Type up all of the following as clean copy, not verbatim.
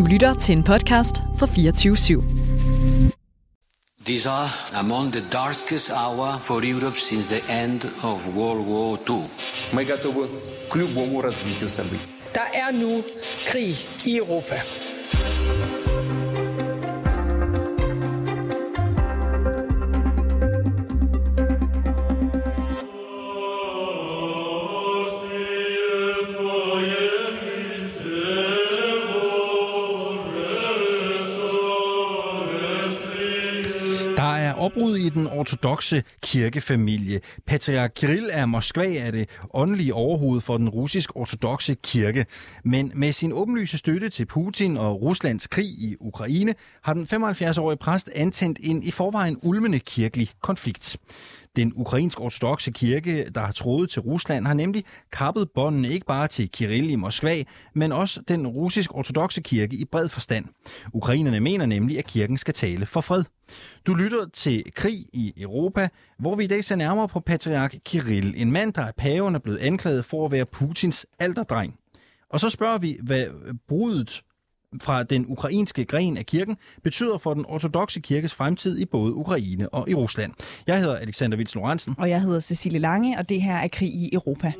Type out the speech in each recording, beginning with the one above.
lytter til en podcast fra 24/7. These are among the darkest hour for Europe since the end of World War II. Мы готовы к любому развитию событий. Der er nu krig i Europa. Opbrud i den ortodokse kirkefamilie. Patriark Kirill af Moskva er det åndelige overhoved for den russisk-ortodokse kirke. Men med sin åbenlyse støtte til Putin og Ruslands krig i Ukraine, har den 75-årige præst antændt en i forvejen ulmende kirkelig konflikt. Den ukrainsk-ortodokse kirke, der har trådet til Rusland, har nemlig kappet båndene ikke bare til Kirill i Moskva, men også den russisk-ortodokse kirke i bred forstand. Ukrainerne mener nemlig, at kirken skal tale for fred. Du lytter til Krig i Europa, hvor vi i dag ser nærmere på patriark Kirill, en mand, der af paven er blevet anklaget for at være Putins alterdreng. Og så spørger vi, hvad bruddet fra den ukrainske gren af kirken betyder for den ortodokse kirkes fremtid i både Ukraine og i Rusland. Jeg hedder Alexander Vils Lorentzen. Og jeg hedder Cecilie Lange, og det her er Krig i Europa.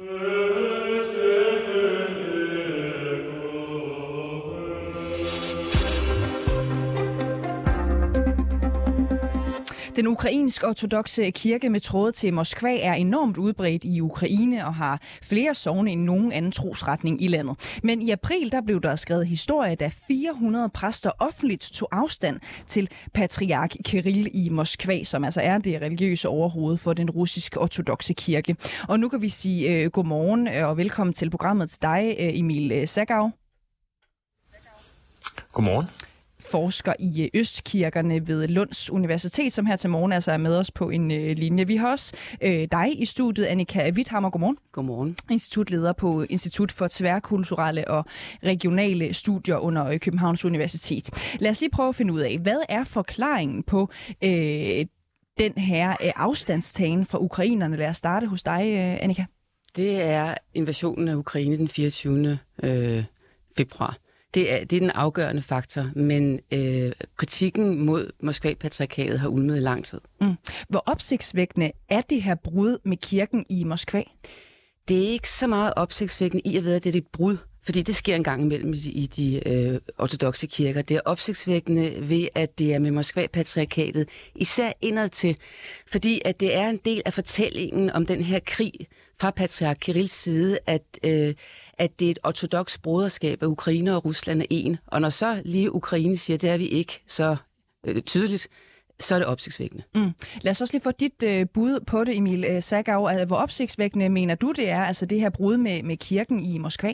Den ukrainsk-ortodokse kirke med tråde til Moskva er enormt udbredt i Ukraine og har flere sogne end nogen anden trosretning i landet. Men i april der blev der skrevet historie, da 400 præster offentligt tog afstand til patriark Kirill i Moskva, som altså er det religiøse overhoved for den russisk-ortodokse kirke. Og nu kan vi sige godmorgen og velkommen til programmet til dig, Emil Sagau. Godmorgen. Forsker i østkirkerne ved Lunds Universitet, som her til morgen altså er med os på en linje. Vi har også dig i studiet, Annika Witthammer. Godmorgen. Godmorgen. Institutleder på Institut for Tværkulturelle og Regionale Studier under Københavns Universitet. Lad os lige prøve at finde ud af, hvad er forklaringen på den her afstandstagen fra ukrainerne? Lad os starte hos dig, Annika. Det er invasionen af Ukraine den 24. februar. Det er den afgørende faktor, men kritikken mod Moskva-patriarkatet har ulmet i lang tid. Hvor opsigtsvækkende er det her brud med kirken i Moskva? Det er ikke så meget opsigtsvækkende i at vide, at det er et brud, fordi det sker en gang imellem i de ortodokse kirker. Det er opsigtsvækkende ved, at det er med Moskva-patriarkatet, især indadtil, fordi at det er en del af fortællingen om den her krig fra patriark Kirills side, at det er et ortodoks broderskab af Ukraine og Rusland er en. Og når så lige Ukraine siger, det er vi ikke så tydeligt, så er det opsigtsvækkende. Lad os også lige få dit bud på det, Emil Sagau. Altså, hvor opsigtsvækkende mener du, det er, altså det her brud med kirken i Moskva?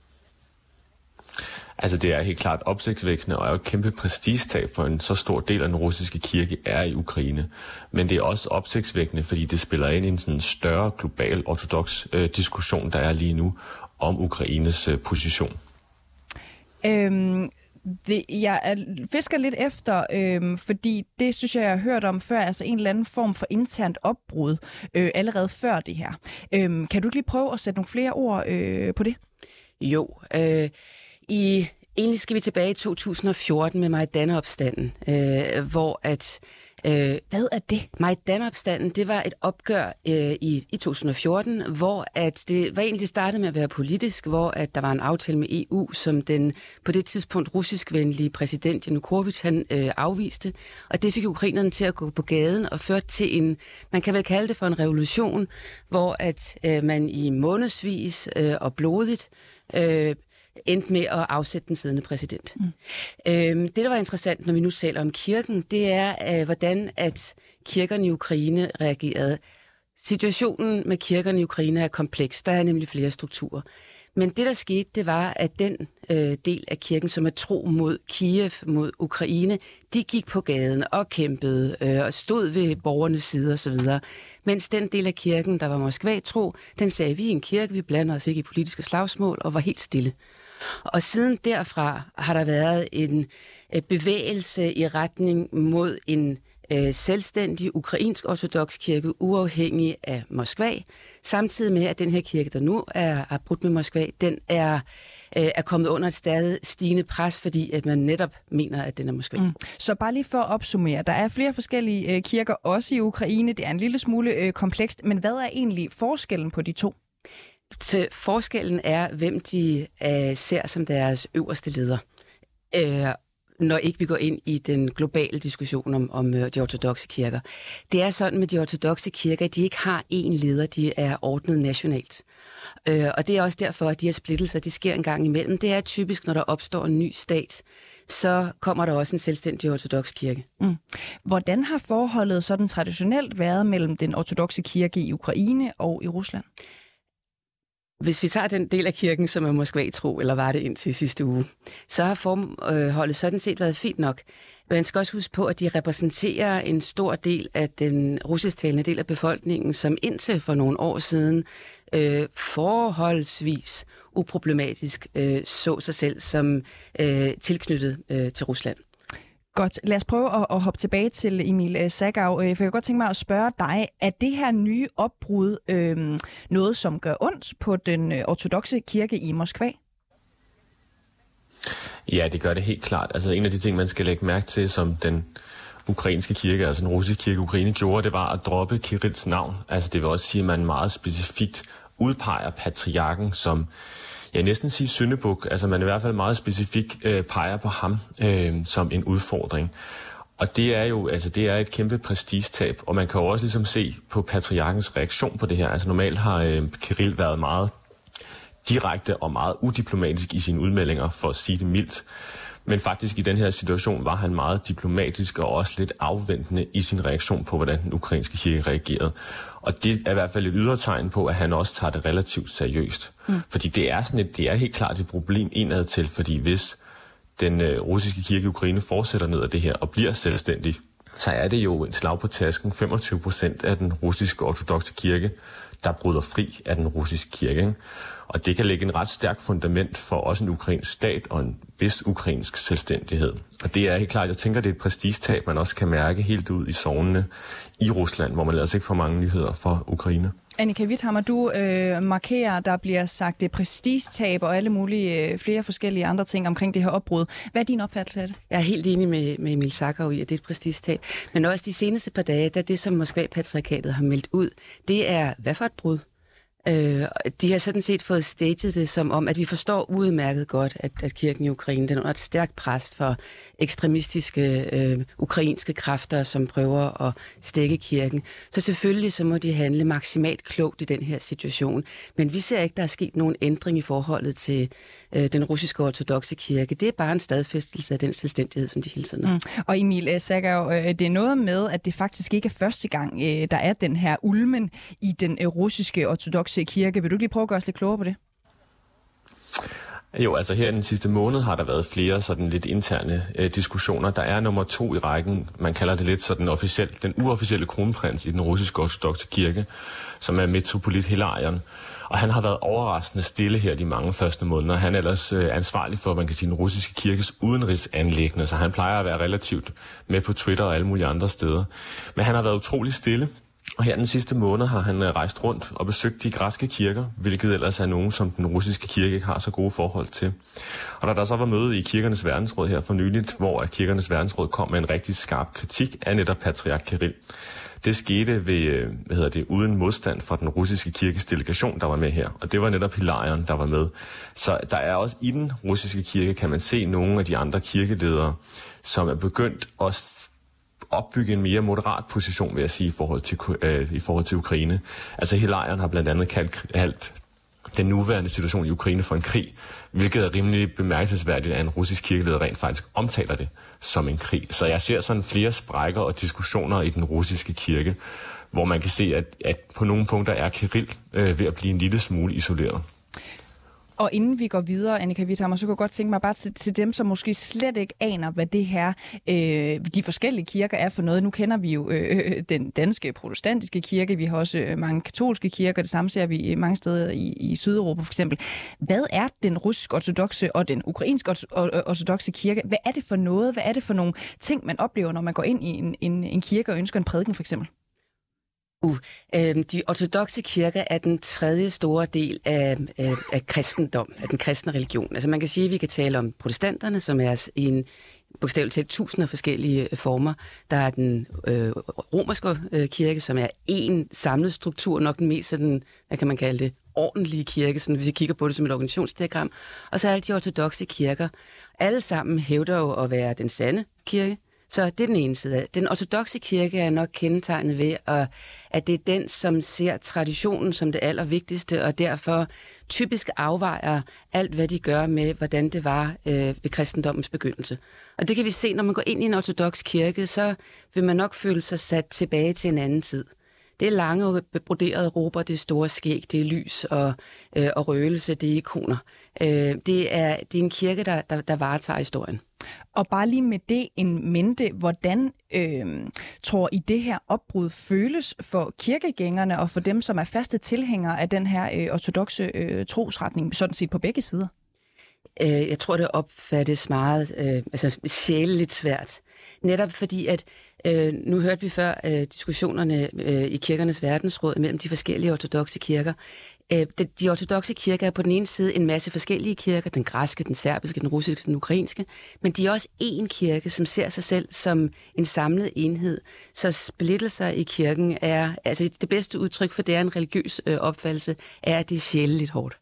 Altså det er helt klart opsigtsvækkende og er jo et kæmpe prestigetab for en så stor del af den russiske kirke er i Ukraine. Men det er også opsigtsvækkende, fordi det spiller ind i en sådan større global ortodoks diskussion, der er lige nu om Ukraines position. Jeg fisker lidt efter, fordi det synes jeg har hørt om før, altså en eller anden form for internt opbrud allerede før det her. Kan du ikke lige prøve at sætte nogle flere ord på det? Jo, egentlig skal vi tilbage i 2014 med Majdan-opstanden, hvor at... Hvad er det? Majdan-opstanden, det var et opgør i 2014, hvor at det startede med at være politisk, hvor at der var en aftale med EU, som den på det tidspunkt russiskvenlige præsident Janukovych han afviste, og det fik ukrainerne til at gå på gaden og førte til en, man kan vel kalde det for en revolution, hvor at man i månedsvis og blodigt endte med at afsætte den siddende præsident. Det, der var interessant, når vi nu taler om kirken, det er, hvordan at kirkerne i Ukraine reagerede. Situationen med kirkerne i Ukraine er kompleks. Der er nemlig flere strukturer. Men det, der skete, det var, at den del af kirken, som er tro mod Kiev, mod Ukraine, de gik på gaden og kæmpede og stod ved borgernes side osv. Mens den del af kirken, der var Moskva-tro, den sagde, vi er en kirke, vi blander os ikke i politiske slagsmål og var helt stille. Og siden derfra har der været en bevægelse i retning mod en selvstændig ukrainsk ortodoks kirke, uafhængig af Moskva, samtidig med, at den her kirke, der nu er brudt med Moskva, den er kommet under et stadig stigende pres, fordi at man netop mener, at den er Moskva. Så bare lige for at opsummere, der er flere forskellige kirker, også i Ukraine. Det er en lille smule komplekst, men hvad er egentlig forskellen på de to? Så forskellen er, hvem de ser som deres øverste leder. Når ikke vi går ind i den globale diskussion om de ortodokse kirker. Det er sådan med de ortodokse kirker, at de ikke har én leder, de er ordnet nationalt. Og det er også derfor, at de her splittelser, de sker en gang imellem. Det er typisk, når der opstår en ny stat, så kommer der også en selvstændig ortodoks kirke. Hvordan har forholdet sådan traditionelt været mellem den ortodokse kirke i Ukraine og i Rusland? Hvis vi tager den del af kirken, som er Moskva-tro, eller var det indtil sidste uge, så har forholdet sådan set været fint nok. Man skal også huske på, at de repræsenterer en stor del af den russisktalende del af befolkningen, som indtil for nogle år siden forholdsvis uproblematisk så sig selv som tilknyttet til Rusland. Godt. Lad os prøve at hoppe tilbage til Emil Sackau. For jeg kan godt tænke mig at spørge dig, er det her nye opbrud noget, som gør ondt på den ortodokse kirke i Moskva? Ja, det gør det helt klart. Altså en af de ting, man skal lægge mærke til, som den ukrainske kirke, altså den russiske kirke Ukraine gjorde, det var at droppe Kirills navn. Altså det vil også sige, at man meget specifikt udpeger patriarken som, jeg næsten sige syndebuk, altså man i hvert fald meget specifikt peger på ham som en udfordring. Og det er jo, altså det er et kæmpe prestigetab, og man kan jo også ligesom se på patriarkens reaktion på det her. Altså normalt har Kirill været meget direkte og meget udiplomatisk i sine udmeldinger, for at sige det mildt. Men faktisk i den her situation var han meget diplomatisk og også lidt afventende i sin reaktion på, hvordan den ukrainske kirke reagerede. Og det er i hvert fald et ydre tegn på, at han også tager det relativt seriøst. Fordi det er helt klart et problem indad til, fordi hvis den russiske kirke i Ukraine fortsætter ned af det her og bliver selvstændig, så er det jo en slag på tasken 25% af den russiske ortodokse kirke, der bryder fri af den russiske kirke. Ikke? Og det kan lægge en ret stærk fundament for også en ukrainsk stat og en vis ukrainsk selvstændighed. Og det er helt klart, jeg tænker, det er et prestigetab, man også kan mærke helt ud i sognene i Rusland, hvor man ellers ikke får mange nyheder fra Ukraine. Annika Witthammer, du markerer, der bliver sagt det prestigetab og alle mulige flere forskellige andre ting omkring det her opbrud. Hvad er din opfattelse af det? Jeg er helt enig med Emil Sackau i, at det er et prestigetab. Men også de seneste par dage, da det, som Moskva-patriarkatet har meldt ud, det er, hvad for et brud? De har sådan set fået staged det som om, at vi forstår udmærket godt, at kirken i Ukraine den er under et stærkt pres for ekstremistiske ukrainske kræfter, som prøver at stække kirken. Så selvfølgelig så må de handle maksimalt klogt i den her situation. Men vi ser ikke, der er sket nogen ændring i forholdet til den russiske ortodokse kirke. Det er bare en stadfæstelse af den selvstændighed, som de hele tiden har. Og Emil Sackau, det er noget med, at det faktisk ikke er første gang, der er den her ulmen i den russiske ortodokse kirke. Vil du lige prøve at gøre os lidt klogere på det? Jo, altså her i den sidste måned har der været flere sådan lidt interne diskussioner. Der er nummer 2 i rækken, man kalder det lidt sådan den uofficielle kronprins i den russiske ortodokse kirke, som er metropolit Hilarion. Og han har været overraskende stille her de mange første måneder. Han er ellers ansvarlig for, man kan sige, den russiske kirkes udenrigsanliggende, så han plejer at være relativt med på Twitter og alle mulige andre steder. Men han har været utrolig stille. Og her den sidste måned har han rejst rundt og besøgt de græske kirker, hvilket ellers er nogen, som den russiske kirke ikke har så gode forhold til. Og der så var møde i Kirkernes Verdensråd her for nyligt, hvor Kirkernes kom med en rigtig skarp kritik af netop patriark Kirill. Det skete ved, uden modstand fra den russiske kirkes delegation, der var med her. Og det var netop Hilarion, der var med. Så der er også i den russiske kirke, kan man se nogle af de andre kirkeledere, som er begyndt at opbygge en mere moderat position, vil jeg sige, i forhold til Ukraine. Altså Hilarion har blandt andet kaldt den nuværende situation i Ukraine for en krig, hvilket er rimelig bemærkelsesværdigt, at en russisk kirkeleder rent faktisk omtaler det som en krig. Så jeg ser sådan flere sprækker og diskussioner i den russiske kirke, hvor man kan se, at på nogle punkter er Kirill ved at blive en lille smule isoleret. Og inden vi går videre, Annika Witthammer, så kunne jeg godt tænke mig bare til dem, som måske slet ikke aner, hvad det her, de forskellige kirker er for noget. Nu kender vi jo den danske protestantiske kirke, vi har også mange katolske kirker, det samme ser vi mange steder i Sydeuropa for eksempel. Hvad er den russisk-ortodokse og den ukrainsk-ortodokse kirke? Hvad er det for noget? Hvad er det for nogle ting, man oplever, når man går ind i en kirke og ønsker en prædiken for eksempel? De ortodokse kirker er den tredje store del af kristendom, af den kristne religion. Altså man kan sige, at vi kan tale om protestanterne, som er i en bogstaveligt talt tusinder forskellige former. Der er den romerske kirke, som er en samlet struktur, nok den mest sådan, hvad kan man kalde det, ordentlige kirke, sådan, hvis vi kigger på det som et organisationsdiagram. Og så er det de ortodokse kirker. Alle sammen hævder jo at være den sande kirke. Så det er den ene side. Den ortodokse kirke er nok kendetegnet ved, at det er den, som ser traditionen som det allervigtigste, og derfor typisk afvejer alt, hvad de gør med, hvordan det var ved kristendommens begyndelse. Og det kan vi se, når man går ind i en ortodoks kirke, så vil man nok føle sig sat tilbage til en anden tid. Det er lange broderede råber, det er store skæg, det er lys og røgelse, det er ikoner. Det er en kirke, der varetager historien. Og bare lige med det en mente, hvordan tror I det her opbrud føles for kirkegængerne og for dem, som er faste tilhængere af den her ortodokse trosretning, sådan set på begge sider? Jeg tror, det opfattes meget sjæleligt svært. Netop fordi, at nu hørte vi før diskussionerne i kirkernes verdensråd mellem de forskellige ortodokse kirker. De ortodokse kirker er på den ene side en masse forskellige kirker, den græske, den serbiske, den russiske, den ukrainske, men de er også én kirke, som ser sig selv som en samlet enhed. Så splittelser i kirken er, altså det bedste udtryk for det er en religiøs opfattelse, er, at det er sjæleligt hårdt.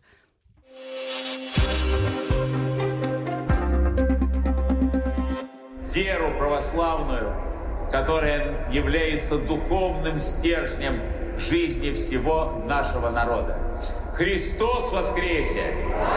Веру православную, которая является духовным стержнем жизни всего нашего народа. Христос воскресе!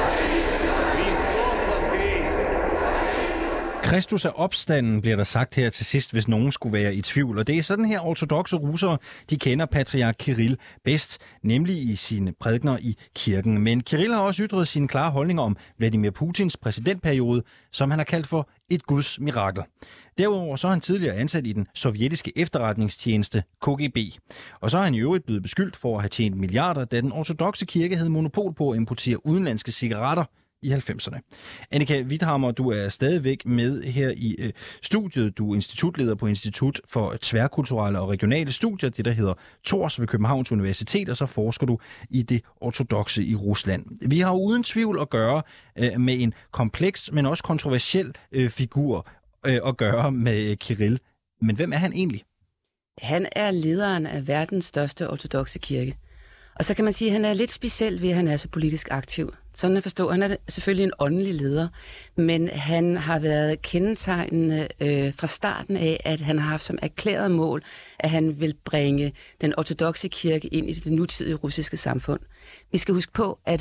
Христос воскресе! Kristus er opstanden, bliver der sagt her til sidst, hvis nogen skulle være i tvivl. Og det er sådan her ortodokse russere, de kender patriark Kirill bedst, nemlig i sine prædikener i kirken. Men Kirill har også ytret sine klare holdninger om Vladimir Putins præsidentperiode, som han har kaldt for et Guds mirakel. Derudover så er han tidligere ansat i den sovjetiske efterretningstjeneste KGB. Og så er han i øvrigt blevet beskyldt for at have tjent milliarder, da den ortodokse kirke havde monopol på at importere udenlandske cigaretter i 90'erne. Annika Witthammer, du er stadigvæk med her i studiet. Du er institutleder på Institut for Tværkulturelle og Regionale Studier, det der hedder TORS ved Københavns Universitet, og så forsker du i det ortodokse i Rusland. Vi har uden tvivl at gøre med en kompleks, men også kontroversiel figur at gøre med Kirill. Men hvem er han egentlig? Han er lederen af verdens største ortodokse kirke. Og så kan man sige, at han er lidt speciel ved, at han er så politisk aktiv. Sådan at forstå, han er selvfølgelig en åndelig leder, men han har været kendetegnende fra starten af, at han har haft som erklæret mål, at han vil bringe den ortodokse kirke ind i det nutidige russiske samfund. Vi skal huske på, at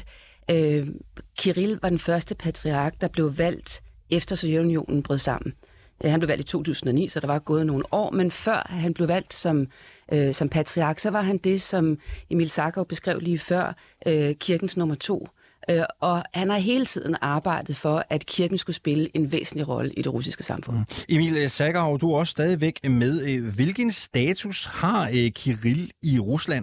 Kirill var den første patriark, der blev valgt efter Sovjetunionen brød sammen. Han blev valgt i 2009, så der var gået nogle år, men før han blev valgt som patriark, så var han det, som Emil Sakharov beskrev lige før, kirkens nummer 2. Og han har hele tiden arbejdet for, at kirken skulle spille en væsentlig rolle i det russiske samfund. Emil Sakharov, du er også stadigvæk med. Hvilken status har Kirill i Rusland?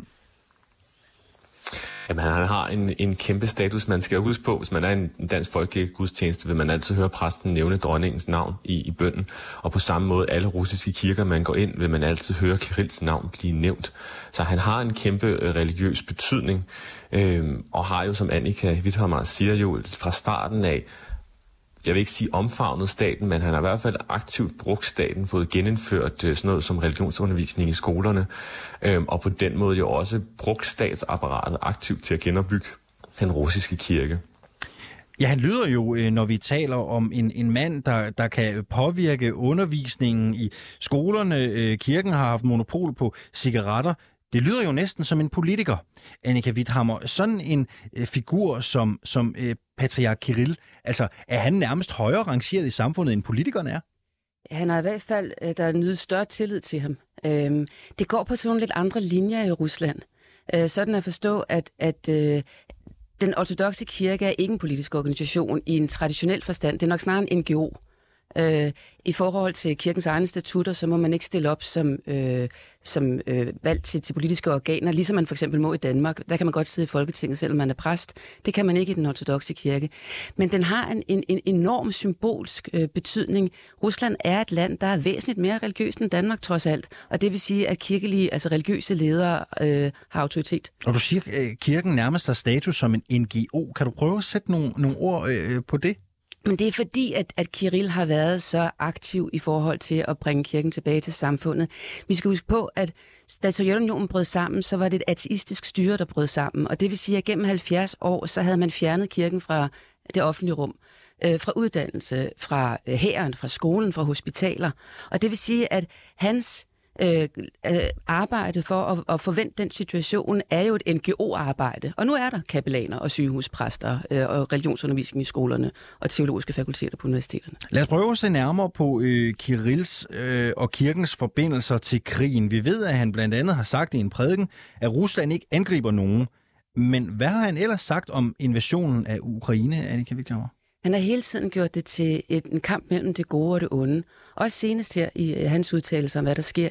Jamen, han har en kæmpe status. Man skal huske på, hvis man er en dansk folkegudstjeneste, vil man altid høre præsten nævne dronningens navn i bønnen. Og på samme måde, alle russiske kirker, man går ind, vil man altid høre Kirills navn blive nævnt. Så han har en kæmpe religiøs betydning, og har jo, som Annika Witthammer siger, jo fra starten af, jeg vil ikke sige omfavnet staten, men han har i hvert fald aktivt brugt staten, fået genindført sådan noget som religionsundervisning i skolerne, og på den måde jo også brugt statsapparatet aktivt til at genopbygge den russiske kirke. Ja, han lyder jo, når vi taler om en mand, der kan påvirke undervisningen i skolerne. Kirken har haft monopol på cigaretter. Det lyder jo næsten som en politiker, Annika Witthammer. Sådan en figur som patriark Kirill, altså er han nærmest højere rangeret i samfundet, end politikerne er? Han har i hvert fald, der er nydet større tillid til ham. Det går på sådan lidt andre linjer i Rusland. Sådan at forstå, at Den ortodokse kirke er ikke en politisk organisation i en traditionel forstand. Det er nok snarere en NGO. I forhold til kirkens egne statutter, så må man ikke stille op som valgt til politiske organer, ligesom man for eksempel må i Danmark. Der kan man godt sidde i Folketinget, selvom man er præst. Det kan man ikke i den ortodokse kirke. Men den har en enorm symbolsk betydning. Rusland er et land, der er væsentligt mere religiøst end Danmark, trods alt. Og det vil sige, at kirkelige, altså religiøse ledere har autoritet. Og du siger, at kirken nærmest har status som en NGO. Kan du prøve at sætte nogle ord på det? Men det er fordi, at Kirill har været så aktiv i forhold til at bringe kirken tilbage til samfundet. Vi skal huske på, at da Sovjetunionen brød sammen, så var det et ateistisk styre, der brød sammen. Og det vil sige, at gennem 70 år, så havde man fjernet kirken fra det offentlige rum. Fra uddannelse, fra hæren, fra skolen, fra hospitaler. Og det vil sige, at hans arbejde for at forvente den situation er jo et NGO-arbejde. Og nu er der kapellaner og sygehuspræster og religionsundervisning i skolerne og teologiske fakulteter på universiteterne. Lad os prøve at se nærmere på Kirills og kirkens forbindelser til krigen. Vi ved, at han blandt andet har sagt i en prædiken, at Rusland ikke angriber nogen. Men hvad har han ellers sagt om invasionen af Ukraine, Annika Viktor? Han har hele tiden gjort det til en kamp mellem det gode og det onde. Også senest her i hans udtalelser om, hvad der sker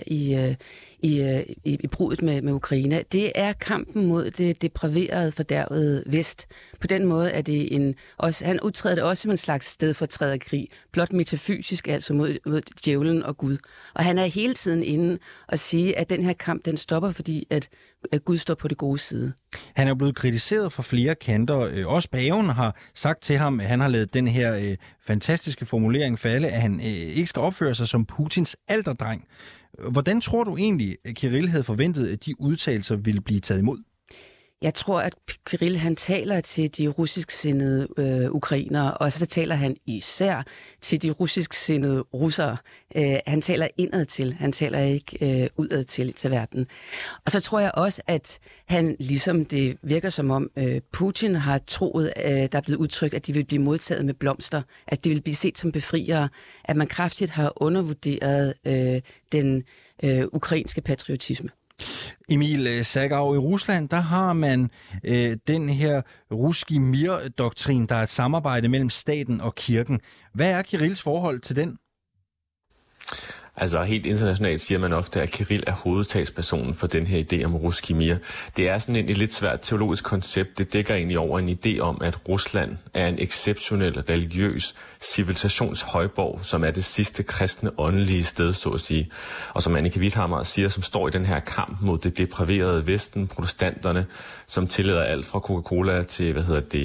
i brudet med Ukraine. Det er kampen mod det depraverede, fordærvede vest. På den måde er det han udtræder det også som en slags stedfortræderkrig. Blot metafysisk, altså mod djævlen og Gud. Og han er hele tiden inde og sige, at den her kamp, den stopper, fordi at Gud står på det gode side. Han er blevet kritiseret fra flere kanter. Også paven har sagt til ham, at han har lavet den her fantastiske formulering falde, at han ikke skal opføre sig som Putins alterdreng. Hvordan tror du egentlig, at Kirill havde forventet, at de udtalelser ville blive taget imod? Jeg tror, at Kirill han taler til de russisksindede ukrainere, og så taler han især til de russisksindede russere. Han taler indad til, han taler ikke udad til verden. Og så tror jeg også, at han, ligesom det virker som om Putin har troet, der er blevet udtrykt, at de vil blive modtaget med blomster, at de vil blive set som befriere, at man kraftigt har undervurderet den ukrainske patriotisme. Emil Sakharov, i Rusland, der har man den her Ruski Mir-doktrin, der er et samarbejde mellem staten og kirken. Hvad er Kirills forhold til den? Altså helt internationalt siger man ofte, at Kirill er hovedtalspersonen for den her idé om Ruski Mir. Det er sådan et lidt svært teologisk koncept. Det dækker egentlig over en idé om, at Rusland er en exceptionel religiøs civilisationshøjborg, som er det sidste kristne åndelige sted, så at sige. Og som Annika Viktor siger, som står i den her kamp mod det depraverede Vesten, protestanterne, som tillader alt fra Coca-Cola til,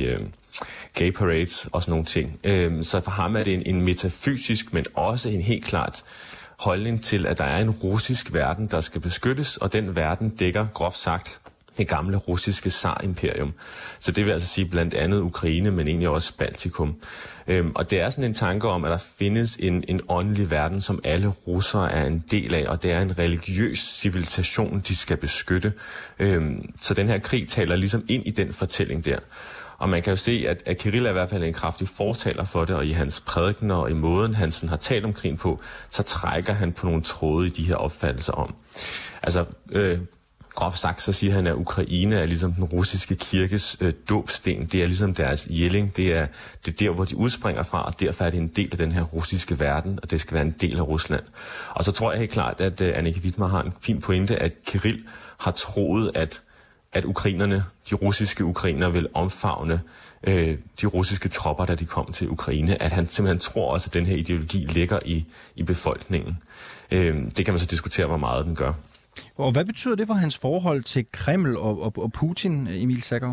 gay parades og sådan nogle ting. Så for ham er det en metafysisk, men også en helt klart holdning til, at der er en russisk verden, der skal beskyttes, og den verden dækker groft sagt det gamle russiske zarimperium. Så det vil altså sige blandt andet Ukraine, men egentlig også Baltikum. Og det er sådan en tanke om, at der findes en åndelig verden, som alle russere er en del af, og det er en religiøs civilisation, de skal beskytte. Så den her krig taler ligesom ind i den fortælling der. Og man kan jo se, at Kirill er i hvert fald en kraftig fortaler for det, og i hans prædikener og i måden, han sådan har talt om krigen på, så trækker han på nogle tråde i de her opfattelser om. Altså, groft sagt, så siger han, at Ukraine er ligesom den russiske kirkes dåbsten. Det er ligesom deres jelling. Det er der, hvor de udspringer fra, og derfor er det en del af den her russiske verden, og det skal være en del af Rusland. Og så tror jeg helt klart, at Annika Viktor har en fin pointe, at Kirill har troet, at ukrainerne, de russiske ukrainere, vil omfavne de russiske tropper, da de kom til Ukraine. At han simpelthen tror også, at den her ideologi ligger i befolkningen. Det kan man så diskutere, hvor meget den gør. Og hvad betyder det for hans forhold til Kreml og Putin, Emil Sakharov?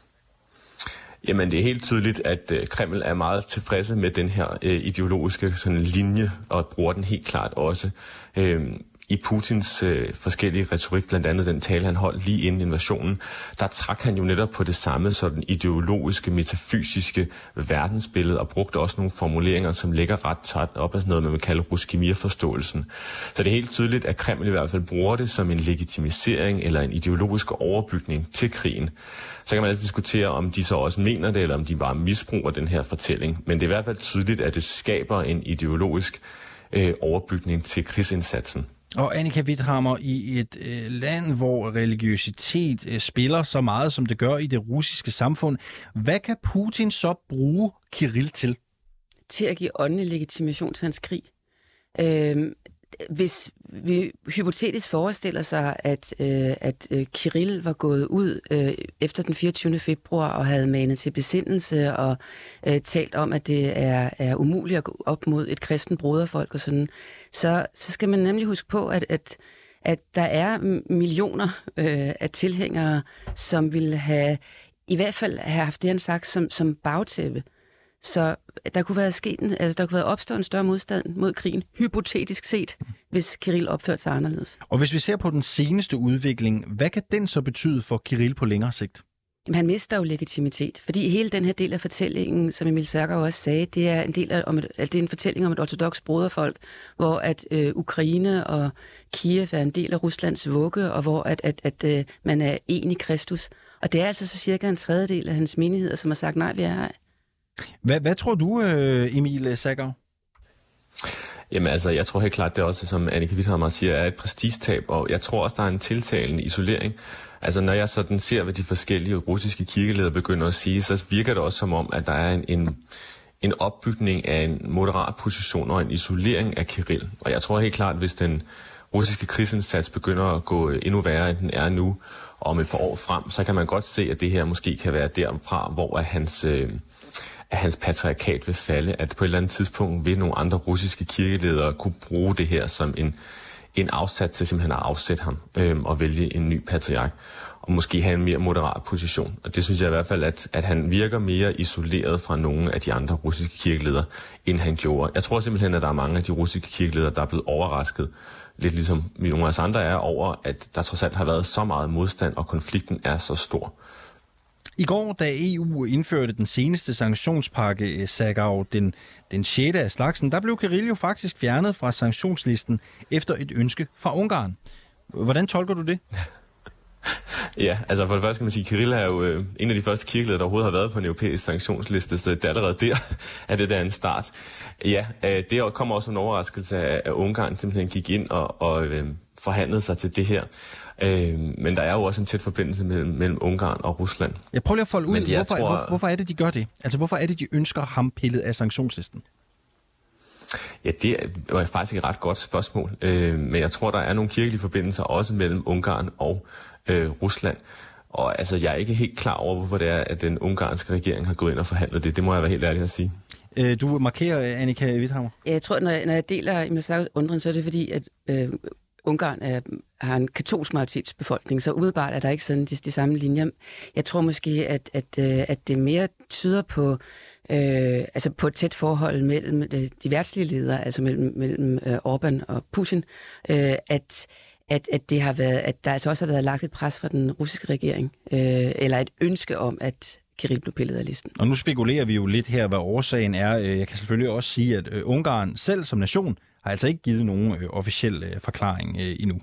Jamen, det er helt tydeligt, at Kreml er meget tilfredse med den her ideologiske sådan, linje, og bruger den helt klart også i Putins forskellige retorik, blandt andet den tale, han holdt lige inden invasionen, der trak han jo netop på det samme sådan ideologiske, metafysiske verdensbillede, og brugte også nogle formuleringer, som ligger ret tæt op af sådan noget, man vil kalde Ruski Mir-forståelsen. Så det er helt tydeligt, at Kreml i hvert fald bruger det som en legitimisering eller en ideologisk overbygning til krigen. Så kan man altså diskutere, om de så også mener det, eller om de bare misbruger den her fortælling. Men det er i hvert fald tydeligt, at det skaber en ideologisk overbygning til krigsindsatsen. Og Annika Witthammer, i et land, hvor religiøsitet spiller så meget, som det gør i det russiske samfund, hvad kan Putin så bruge Kirill til? Til at give åndelig legitimation til hans krig. Hvis vi hypotetisk forestiller sig, at Kirill var gået ud efter den 24. februar og havde manet til besindelse og talt om, at det er umuligt at gå op mod et kristen broderfolk og sådan, så skal man nemlig huske på, at der er millioner af tilhængere, som ville have i hvert fald have haft det, han sagt, som bagtæppe. Så der kunne være opstået en større modstand mod krigen, hypotetisk set, hvis Kirill opførte sig anderledes. Og hvis vi ser på den seneste udvikling, hvad kan den så betyde for Kirill på længere sigt? Jamen, han mister jo legitimitet, fordi hele den her del af fortællingen, som Emil Sakharov også sagde, det er en fortælling om et ortodoks broderfolk, hvor at Ukraine og Kiev er en del af Ruslands vugge, og hvor at man er en i Kristus. Og det er altså så cirka en tredjedel af hans menigheder, som har sagt nej, vi er her. Hvad tror du, Emil Sakharov? Jamen altså, jeg tror helt klart, det også, som Annika Witthammer siger, er et prestigetab, og jeg tror også, der er en tiltalende isolering. Altså, når jeg sådan ser, hvad de forskellige russiske kirkeledere begynder at sige, så virker det også som om, at der er en opbygning af en moderat position og en isolering af Kirill. Og jeg tror helt klart, hvis den russiske krigsindsats begynder at gå endnu værre, end den er nu, og om et par år frem, så kan man godt se, at det her måske kan være derfra, hvor hans patriarkat vil falde, at på et eller andet tidspunkt vil nogle andre russiske kirkeledere kunne bruge det her som en afsat til simpelthen at afsætte ham og vælge en ny patriark, og måske have en mere moderat position. Og det synes jeg i hvert fald, at han virker mere isoleret fra nogle af de andre russiske kirkeledere, end han gjorde. Jeg tror simpelthen, at der er mange af de russiske kirkeledere, der er blevet overrasket, lidt ligesom nogle af os andre er, over, at der trods alt har været så meget modstand, og konflikten er så stor. I går, da EU indførte den seneste sanktionspakke, Sakharov, den 6. af slagsen, der blev Kirill jo faktisk fjernet fra sanktionslisten efter et ønske fra Ungarn. Hvordan tolker du det? Ja, altså for det første kan man sige, at Kirill er jo en af de første kirkeledere, der overhovedet har været på en europæisk sanktionsliste, så det er allerede der, at det er en start. Ja, det kommer også en overraskelse af, at Ungarn simpelthen gik ind og forhandlede sig til det her. Men der er jo også en tæt forbindelse mellem Ungarn og Rusland. Jeg prøver lige at folde ud, hvorfor er det, de gør det? Altså, hvorfor er det, de ønsker ham pillet af sanktionslisten? Ja, det er faktisk et ret godt spørgsmål. Men jeg tror, der er nogle kirkelige forbindelser også mellem Ungarn og Rusland. Og altså, jeg er ikke helt klar over, hvorfor det er, at den ungarske regering har gået ind og forhandlet det. Det må jeg være helt ærlig at sige. Du markerer, Annika Witthammer? Jeg tror, når jeg deler Emil Sakharovs undren, så er det fordi, at Ungarn har en katolsk majoritetsbefolkning, så umiddelbart er der ikke sådan de samme linjer. Jeg tror måske, at det mere tyder på på et tæt forhold mellem de verdslige ledere, altså mellem Orbán og Putin, at det har været, at der altså også har været lagt et pres fra den russiske regering, eller et ønske om, at Kirill blev pillet af listen. Og nu spekulerer vi jo lidt her, hvad årsagen er. Jeg kan selvfølgelig også sige, at Ungarn selv som nation har altså ikke givet nogen officiel forklaring endnu.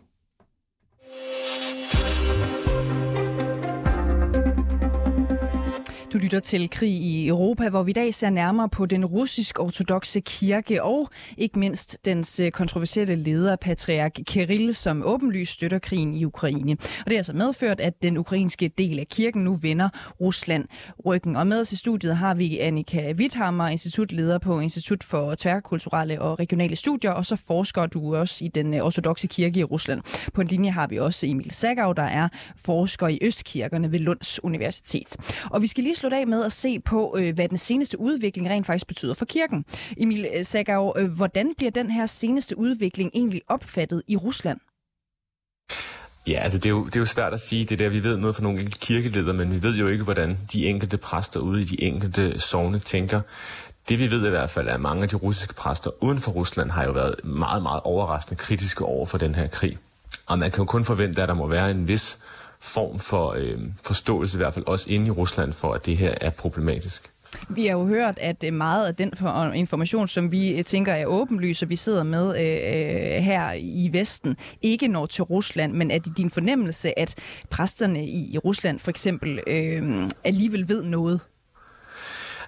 Du lytter til Krig i Europa, hvor vi i dag ser nærmere på den russisk-ortodokse kirke og ikke mindst dens kontroversielle leder, patriark Kirill, som åbenlyst støtter krigen i Ukraine. Og det har altså medført, at den ukrainske del af kirken nu vender Rusland ryggen. Og med os i studiet har vi Annika Witthammer, institutleder på Institut for Tværkulturelle og Regionale Studier, og så forsker du også i den ortodokse kirke i Rusland. På en linje har vi også Emil Sakharov, der er forsker i Østkirkerne ved Lunds Universitet. Og vi skal lige slutte af med at se på, hvad den seneste udvikling rent faktisk betyder for kirken. Emil Sakharov, hvordan bliver den her seneste udvikling egentlig opfattet i Rusland? Ja, altså det er jo svært at sige. Det er der, vi ved noget fra nogle enkelte kirkeledere, men vi ved jo ikke, hvordan de enkelte præster ude i de enkelte sogne tænker. Det vi ved i hvert fald er, at mange af de russiske præster uden for Rusland har jo været meget, meget overraskende kritiske over for den her krig. Og man kan jo kun forvente, at der må være en vis form for forståelse, i hvert fald også inde i Rusland, for at det her er problematisk. Vi har jo hørt, at meget af den information, som vi tænker er åbenlys, og vi sidder med her i Vesten, ikke når til Rusland, men er det din fornemmelse, at præsterne i Rusland for eksempel alligevel ved noget?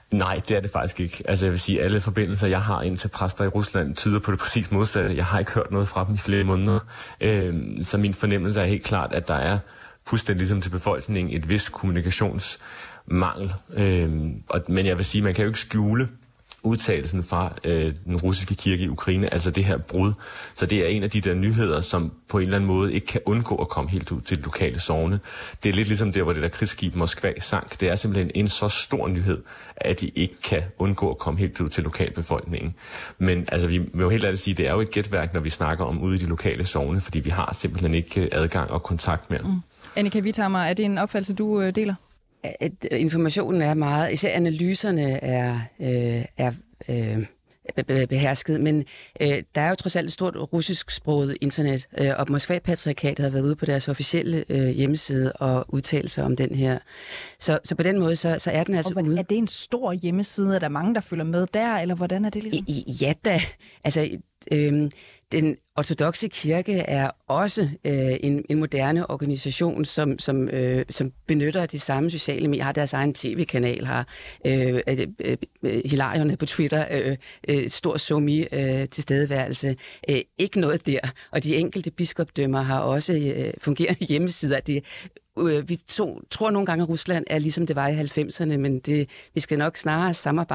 Nej, det er det faktisk ikke. Altså jeg vil sige, at alle forbindelser, jeg har ind til præster i Rusland, tyder på det præcis modsatte. Jeg har ikke hørt noget fra dem i flere måneder. Så min fornemmelse er helt klart, at der er fuldstændig ligesom til befolkningen et vist kommunikationsmangel. Men jeg vil sige, at man kan jo ikke skjule udtalelsen fra den russiske kirke i Ukraine, altså det her brud. Så det er en af de der nyheder, som på en eller anden måde ikke kan undgå at komme helt ud til de lokale sogne. Det er lidt ligesom der, hvor det der krigsskib Moskva sank. Det er simpelthen en så stor nyhed, at de ikke kan undgå at komme helt ud til lokalbefolkningen. Men altså, vi må jo helt ærligt sige, at det er jo et gætværk, når vi snakker om ude i de lokale sogne, fordi vi har simpelthen ikke adgang og kontakt med dem. Annika Witthammer, er det en opfattelse, du deler? Informationen er meget, især analyserne er behersket, men der er jo trods alt et stort russisksproget internet, og Moskva-patriarkatet har været ude på deres officielle hjemmeside og udtale sig om den her. Så på den måde, så er den altså ude. Er det en stor hjemmeside? Er der mange, der følger med der, eller hvordan er det ligesom? Ja da. Altså, den ortodokse kirke er også en moderne organisation, som benytter de samme sociale medier, har deres egen tv-kanal, har Hilarierne på Twitter, stor somi tilstedeværelse. Ikke noget der. Og de enkelte biskopdømmer har også fungerende hjemmesider. Vi tror nogle gange, at Rusland er ligesom det var i 90'erne, men vi skal nok snarere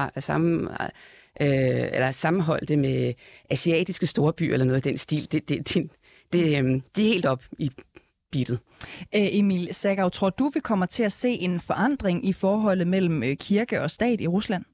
sammenholde det med asiatiske storbyer eller noget af den stil. De er helt op i beatet. Emil Sackau, tror du, vi kommer til at se en forandring i forholdet mellem kirke og stat i Rusland?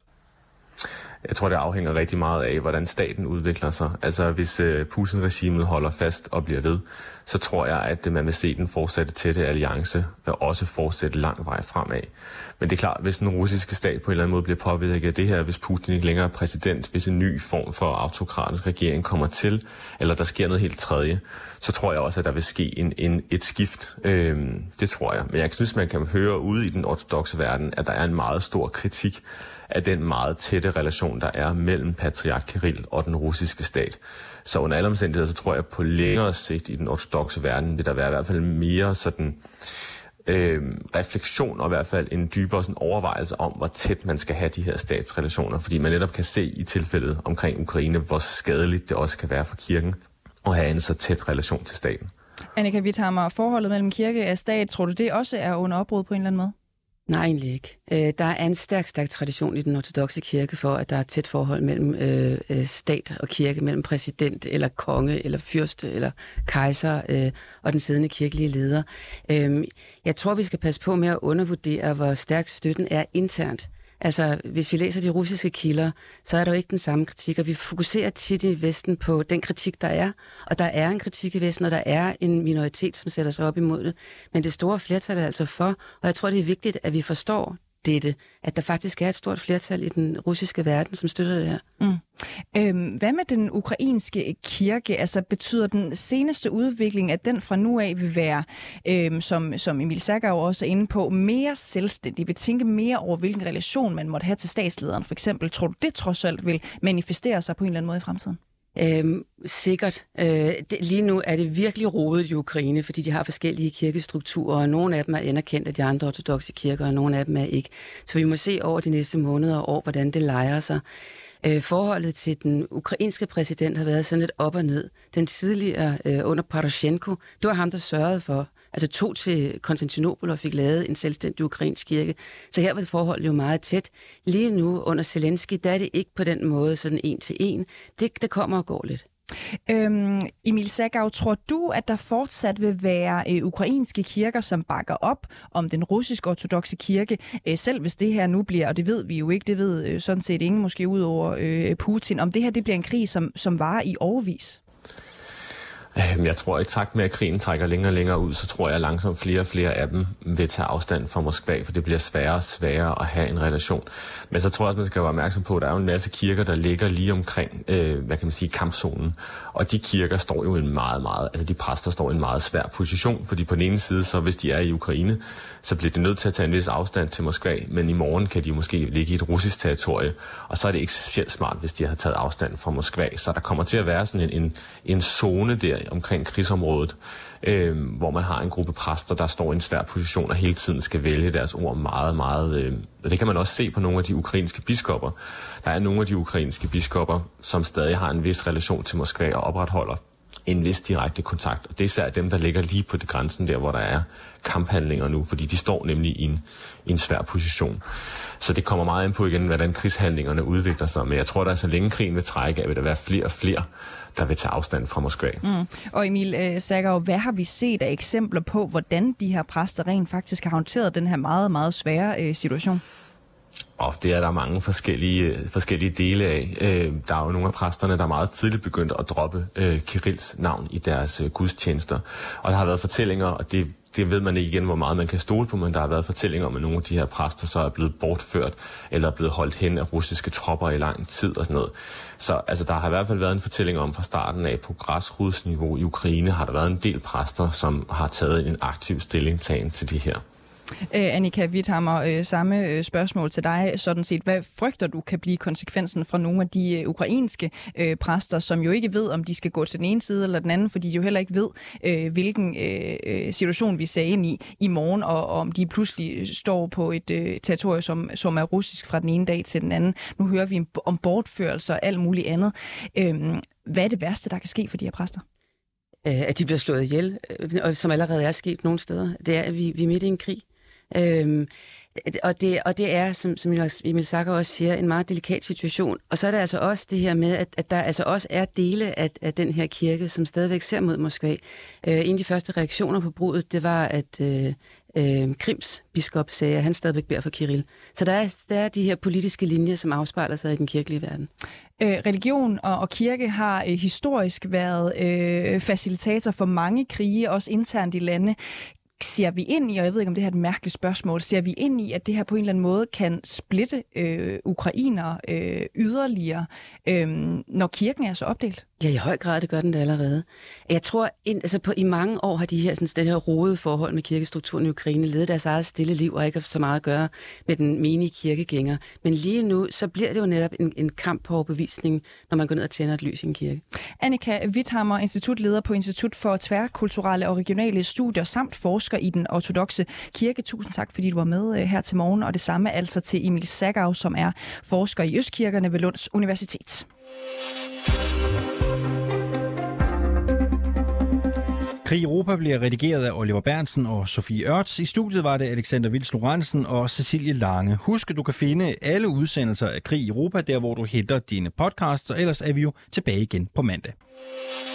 Jeg tror, det afhænger rigtig meget af, hvordan staten udvikler sig. Altså, hvis Putin-regimet holder fast og bliver ved, så tror jeg, at man vil se den fortsatte tætte alliance og også fortsætte lang vej fremad. Men det er klart, hvis den russiske stat på en eller anden måde bliver påvirket af det her, hvis Putin ikke længere er præsident, hvis en ny form for autokratisk regering kommer til, eller der sker noget helt tredje, så tror jeg også, at der vil ske et skift. Det tror jeg. Men jeg synes, man kan høre ude i den ortodokse verden, at der er en meget stor kritik af den meget tætte relation, der er mellem patriark Kirill og den russiske stat. Så under alle omstændigheder, så tror jeg på længere sigt i den ortodokse verden, vil der være i hvert fald mere sådan refleksion og i hvert fald en dybere sådan overvejelse om, hvor tæt man skal have de her statsrelationer. Fordi man netop kan se i tilfældet omkring Ukraine, hvor skadeligt det også kan være for kirken at have en så tæt relation til staten. Annika Witthammer, forholdet mellem kirke og stat, tror du det også er under opbrud på en eller anden måde? Nej, egentlig ikke. Der er en stærk tradition i den ortodokse kirke for, at der er et tæt forhold mellem stat og kirke, mellem præsident eller konge eller fyrste eller kejser og den siddende kirkelige leder. Jeg tror, vi skal passe på med at undervurdere, hvor stærk støtten er internt. Altså, hvis vi læser de russiske kilder, så er der jo ikke den samme kritik, og vi fokuserer tit i Vesten på den kritik, der er. Og der er en kritik i Vesten, og der er en minoritet, som sætter sig op imod det. Men det store flertal er altså for, og jeg tror, det er vigtigt, at vi forstår dette, at der faktisk er et stort flertal i den russiske verden, som støtter det her. Hvad med den ukrainske kirke? Altså betyder den seneste udvikling, at den fra nu af vil være, som Emil Sackau også er inde på, mere selvstændig, vil tænke mere over, hvilken relation man måtte have til statslederen for eksempel? Tror du, det trods alt vil manifestere sig på en eller anden måde i fremtiden? Sikkert. Lige nu er det virkelig rodet i Ukraine, fordi de har forskellige kirkestrukturer, og nogle af dem er anerkendt af de andre ortodokse kirker, og nogle af dem er ikke. Så vi må se over de næste måneder og år, hvordan det lejer sig. Forholdet til den ukrainske præsident har været sådan lidt op og ned. Den tidligere under Poroshenko, det var ham, der sørgede for, altså tog til Konstantinopel og fik lavet en selvstændig ukrainsk kirke. Så her var det forhold jo meget tæt. Lige nu under Zelensky, der er det ikke på den måde sådan en til en. Det kommer og går lidt. Emil Sackau, tror du, at der fortsat vil være ukrainske kirker, som bakker op om den russiske ortodokse kirke, selv hvis det her nu bliver, og det ved vi jo ikke, det ved sådan set ingen måske ud over Putin, om det her det bliver en krig, som varer i årevis? Jeg tror, i takt med, at krigen trækker længere og længere ud, så tror jeg langsomt flere og flere af dem vil tage afstand fra Moskva, for det bliver sværere og sværere at have en relation. Men så tror jeg også, man skal være opmærksom på, at der er jo en masse kirker, der ligger lige omkring, kampzonen. Og de kirker står jo de præster står i en meget svær position, fordi på den ene side, så hvis de er i Ukraine, så bliver de nødt til at tage en vis afstand til Moskva, men i morgen kan de måske ligge i et russisk territorie, og så er det ikke specielt smart, hvis de har taget afstand fra Moskva. Så der kommer til at være sådan en zone der omkring krigsområdet, hvor man har en gruppe præster, der står i en svær position og hele tiden skal vælge deres ord meget, meget. Det kan man også se på nogle af de ukrainske biskopper. Der er nogle af de ukrainske biskopper, som stadig har en vis relation til Moskva og opretholder en vis direkte kontakt. Og det er især dem, der ligger lige på det grænsen der, hvor der er kamphandlinger nu, fordi de står nemlig i en svær position. Så det kommer meget ind på igen, hvordan krigshandlingerne udvikler sig. Men jeg tror, at så længe krigen vil trække, vil der være flere og flere, der vil tage afstand fra Moskva. Og Emil Sackau, hvad har vi set af eksempler på, hvordan de her præster rent faktisk har håndteret den her meget, meget svære situation? Og det er der mange forskellige dele af. Der er jo nogle af præsterne, der er meget tidligt begyndt at droppe Kirills navn i deres gudstjenester. Og der har været fortællinger, og det ved man ikke igen, hvor meget man kan stole på, men der har været fortællinger om, at nogle af de her præster så er blevet bortført, eller er blevet holdt hen af russiske tropper i lang tid og sådan noget. Så altså, der har i hvert fald været en fortælling om fra starten af, på græsrodsniveau i Ukraine har der været en del præster, som har taget en aktiv stillingtagen til det her. Annika Witthammer, samme spørgsmål til dig. Sådan set, hvad frygter du kan blive konsekvensen fra nogle af de ukrainske præster, som jo ikke ved, om de skal gå til den ene side eller den anden, fordi de jo heller ikke ved, hvilken situation vi ser ind i morgen, og om de pludselig står på et territorium, som er russisk fra den ene dag til den anden. Nu hører vi om bortførelser og alt muligt andet. Hvad er det værste, der kan ske for de her præster? At de bliver slået ihjel, som allerede er sket nogle steder. Det er, at vi er midt i en krig. Og det er, som Emil Sackau også siger, en meget delikat situation. Og så er der altså også det her med, at der altså også er dele af den her kirke, som stadigvæk ser mod Moskva. En af de første reaktioner på bruddet, det var, at Krims biskop sagde, at han stadigvæk beder for Kirill. Så der er de her politiske linjer, som afspejler sig i den kirkelige verden. Religion og kirke har historisk været facilitator for mange krige, også internt i lande. Ser vi ind i, og jeg ved ikke, om det her er et mærkeligt spørgsmål, ser vi ind i, at det her på en eller anden måde kan splitte ukrainere yderligere, når kirken er så opdelt? Ja, i høj grad, det gør den da allerede. Jeg tror, i mange år har de her det her rodede forhold med kirkestrukturen i Ukraine ledet deres eget stille liv, og ikke så meget at gøre med den menige kirkegænger. Men lige nu, så bliver det jo netop en kamp på overbevisning, når man går ned og tænder et lys i en kirke. Annika Witthammer, institutleder på Institut for Tværkulturelle og Regionale Studier, samt forsker i den ortodokse kirke. Tusind tak, fordi du var med her til morgen, og det samme altså til Emil Sackau, som er forsker i Østkirkerne ved Lunds Universitet. Krig i Europa bliver redigeret af Oliver Bernsen og Sofie Ørts. I studiet var det Alexander Vils Lorentzen og Cecilie Lange. Husk, at du kan finde alle udsendelser af Krig i Europa, der hvor du henter dine podcasts, og ellers er vi jo tilbage igen på mandag.